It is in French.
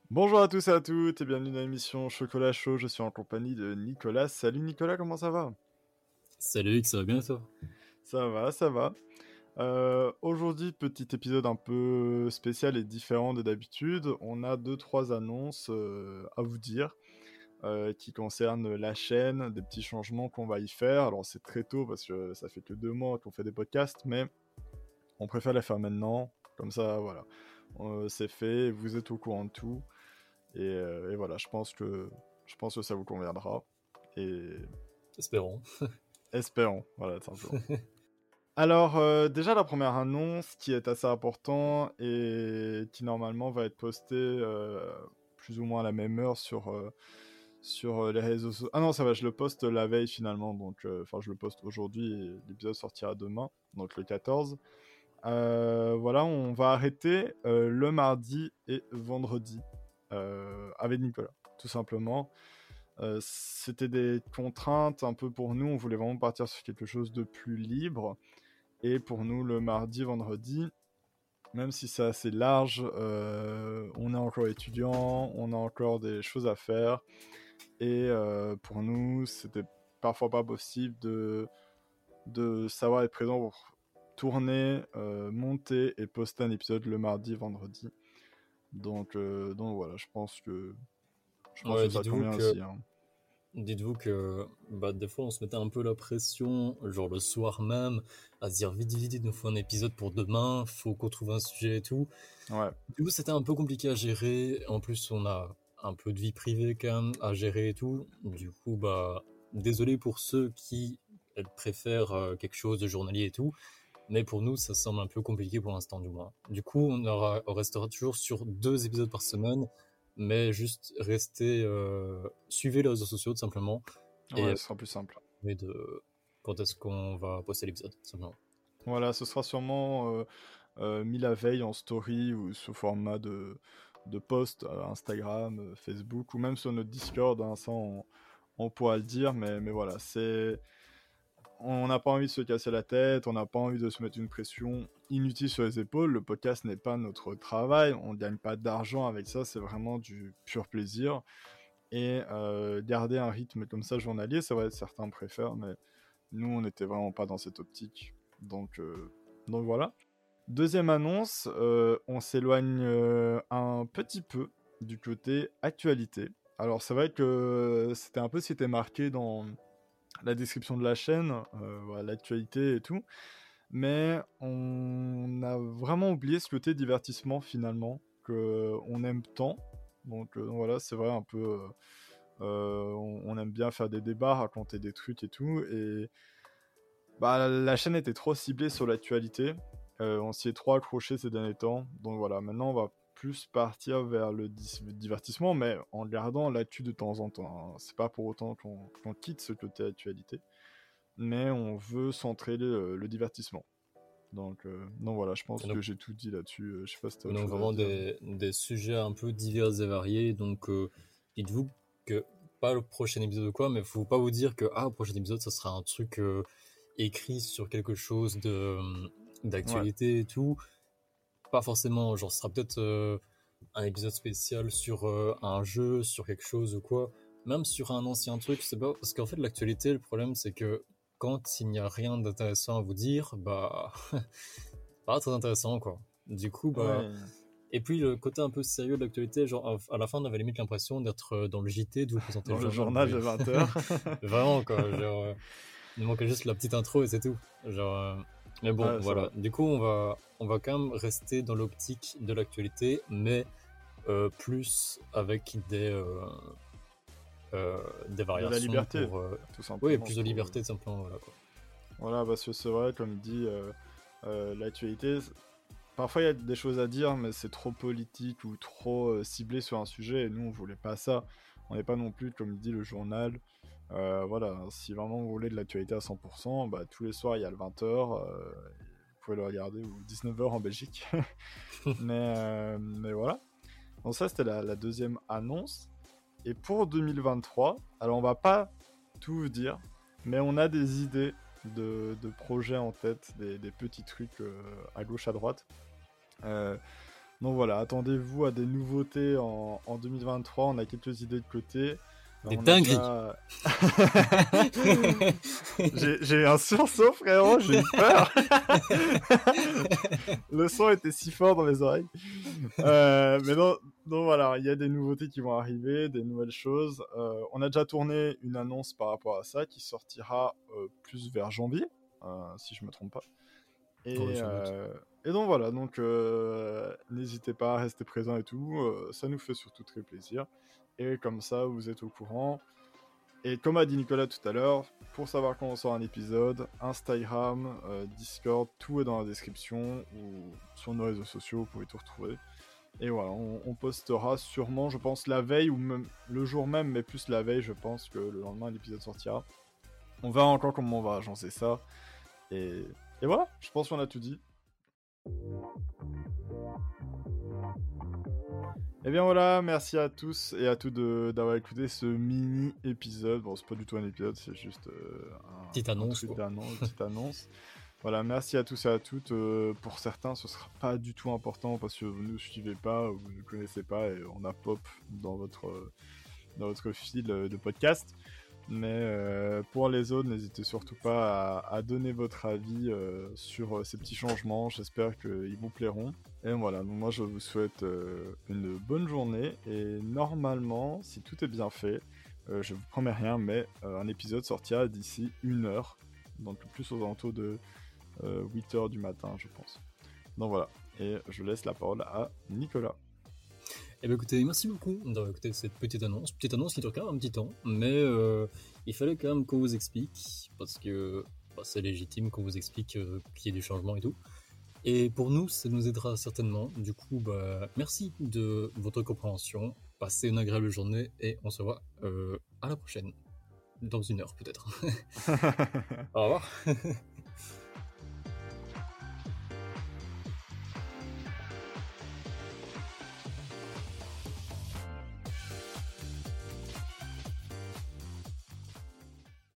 Bonjour à tous et à toutes et bienvenue dans l'émission Chocolat Chaud. Je suis en compagnie de Nicolas. Salut Nicolas, comment ça va? Salut, ça va bien toi? Ça va, ça va. Aujourd'hui, petit épisode un peu spécial et différent de d'habitude. On a deux, trois annonces à vous dire qui concernent la chaîne, des petits changements qu'on va y faire. Alors c'est très tôt parce que ça fait que 2 mois qu'on fait des podcasts, mais on préfère les faire maintenant. Comme ça, voilà. C'est fait, vous êtes au courant de tout. Et voilà, je pense que ça vous conviendra. Et Espérons. espérons, voilà, tout simplement. Alors, déjà la première annonce qui est assez important et qui normalement va être postée plus ou moins à la même heure sur les réseaux sociaux. Ah non, ça va, je le poste la veille finalement, donc enfin je le poste aujourd'hui et l'épisode sortira demain, donc le 14. Voilà, on va arrêter le mardi et vendredi avec Nicolas, tout simplement. C'était des contraintes un peu pour nous, on voulait vraiment partir sur quelque chose de plus libre. Et pour nous, le mardi, vendredi, même si c'est assez large, on est encore étudiant, on a encore des choses à faire. Et pour nous, c'était parfois pas possible de savoir être présent pour tourner, monter et poster un épisode le mardi, vendredi. Donc voilà, je pense que Ouais, ça dites-vous convient que aussi, hein. dites-vous que des fois on se mettait un peu la pression, genre le soir même, à se dire vite vite il nous faut un épisode pour demain, faut qu'on trouve un sujet et tout. Ouais, Du coup c'était un peu compliqué à gérer. En plus on a un peu de vie privée quand même à gérer et tout. Du coup désolé pour ceux qui préfèrent quelque chose de journalier et tout. Mais pour nous, ça semble un peu compliqué pour l'instant, du moins. Du coup, on restera toujours sur 2 épisodes par semaine, mais juste suivez les réseaux sociaux, tout simplement, et ouais, ce sera plus simple. mais de quand est-ce qu'on va poster l'épisode, tout simplement. Voilà, ce sera sûrement mis la veille en story ou sous format de post Instagram, Facebook ou même sur notre Discord, hein, ça on pourra le dire, mais voilà, on n'a pas envie de se casser la tête, on n'a pas envie de se mettre une pression inutile sur les épaules. Le podcast n'est pas notre travail, on ne gagne pas d'argent avec ça, c'est vraiment du pur plaisir. Et garder un rythme comme ça journalier, c'est vrai, certains préfèrent, mais nous on n'était vraiment pas dans cette optique. Donc voilà. Deuxième annonce, on s'éloigne un petit peu du côté actualité. Alors c'est vrai que c'était un peu ce qui était marqué dans la description de la chaîne, voilà, l'actualité et tout, mais on a vraiment oublié ce côté divertissement finalement, qu'on aime tant. Donc voilà, c'est vrai un peu... on aime bien faire des débats, raconter des trucs et tout, et bah, la chaîne était trop ciblée sur l'actualité. On s'y est trop accroché ces derniers temps. Donc voilà, maintenant on va plus partir vers le divertissement, mais en gardant l'actu de temps en temps, hein. C'est pas pour autant qu'on quitte ce côté actualité, mais on veut centrer le divertissement. Donc voilà, je pense Et que donc, j'ai tout dit là-dessus. Je sais pas si t'as autre donc chose à vraiment dire. des sujets un peu divers et variés. Donc, dites-vous que pas le prochain épisode ou quoi, mais faut pas vous dire que le prochain épisode, ça sera un truc écrit sur quelque chose Ouais, d'actualité et tout. Pas forcément, genre, ce sera peut-être un épisode spécial sur un jeu, sur quelque chose ou quoi, même sur un ancien truc, c'est pas parce qu'en fait l'actualité, le problème c'est que quand il n'y a rien d'intéressant à vous dire, pas très intéressant quoi. Du coup ouais. et puis le côté un peu sérieux de l'actualité, genre à la fin on avait limite l'impression d'être dans le JT, de vous présenter Dans le le journal, vous journal voyez. de 20h. Vraiment quoi, genre il manquait juste la petite intro et c'est tout. Genre, mais bon, Ouais, c'est vrai. voilà. Du coup, on va quand même rester dans l'optique de l'actualité, mais plus avec des De la variations liberté, pour, tout oui, simplement. plus de liberté, tout simplement, voilà, quoi. Voilà, parce que c'est vrai, comme dit, l'actualité, parfois il y a des choses à dire, mais c'est trop politique ou trop ciblé sur un sujet, et nous on voulait pas ça. On n'est pas non plus, comme dit le journal. Voilà, si vraiment vous voulez de l'actualité à 100%, bah, tous les soirs il y a le 20h, vous pouvez le regarder, ou 19h en Belgique. Mais voilà. Donc ça c'était la deuxième annonce. Et pour 2023, alors on va pas tout vous dire, mais on a des idées de projets en tête, des petits trucs à gauche, à droite. Euh, Donc voilà, attendez-vous à des nouveautés en 2023. On a quelques idées de côté. Des On a dingueries. déjà... j'ai eu un sursaut, frérot, j'ai eu peur. Le son était si fort dans les oreilles. Mais non, donc voilà, il y a des nouveautés qui vont arriver, des nouvelles choses. On a déjà tourné une annonce par rapport à ça qui sortira plus vers janvier, si je me trompe pas. Ouais, sans doute. Et donc voilà, donc n'hésitez pas à rester présent et tout, ça nous fait surtout très plaisir. Et comme ça, vous êtes au courant. Et comme a dit Nicolas tout à l'heure, pour savoir quand on sort un épisode, Instagram, Discord, tout est dans la description ou sur nos réseaux sociaux, vous pouvez tout retrouver. Et voilà, on postera sûrement, je pense, la veille ou même le jour même, mais plus la veille, je pense que le lendemain l'épisode sortira. On verra encore comment on va agencer ça. Et voilà, je pense qu'on a tout dit. Et bien voilà, merci à tous et à toutes d'avoir écouté ce mini épisode. Bon, c'est pas du tout un épisode, c'est juste Petite annonce, truc quoi. petite annonce. Voilà, merci à tous et à toutes. Pour certains, ce sera pas du tout important parce que vous ne nous suivez pas ou vous ne connaissez pas et on a pop dans votre fil de podcast. Mais pour les autres, n'hésitez surtout pas à donner votre avis sur ces petits changements. J'espère qu'ils vous plairont. Et voilà, donc moi je vous souhaite une bonne journée. Et normalement, si tout est bien fait, je vous promets rien, mais un épisode sortira d'ici 1 heure. Donc plus aux alentours de 8h du matin, je pense. Donc voilà, et je laisse la parole à Nicolas. Eh bien écoutez, merci beaucoup d'avoir écouté cette petite annonce qui dure quand même un petit temps, mais il fallait quand même qu'on vous explique, parce que c'est légitime qu'on vous explique qu'il y ait du changement et tout. Et pour nous, ça nous aidera certainement. Du coup, merci de votre compréhension, passez une agréable journée et on se voit à la prochaine, dans 1 heure peut-être. Au revoir.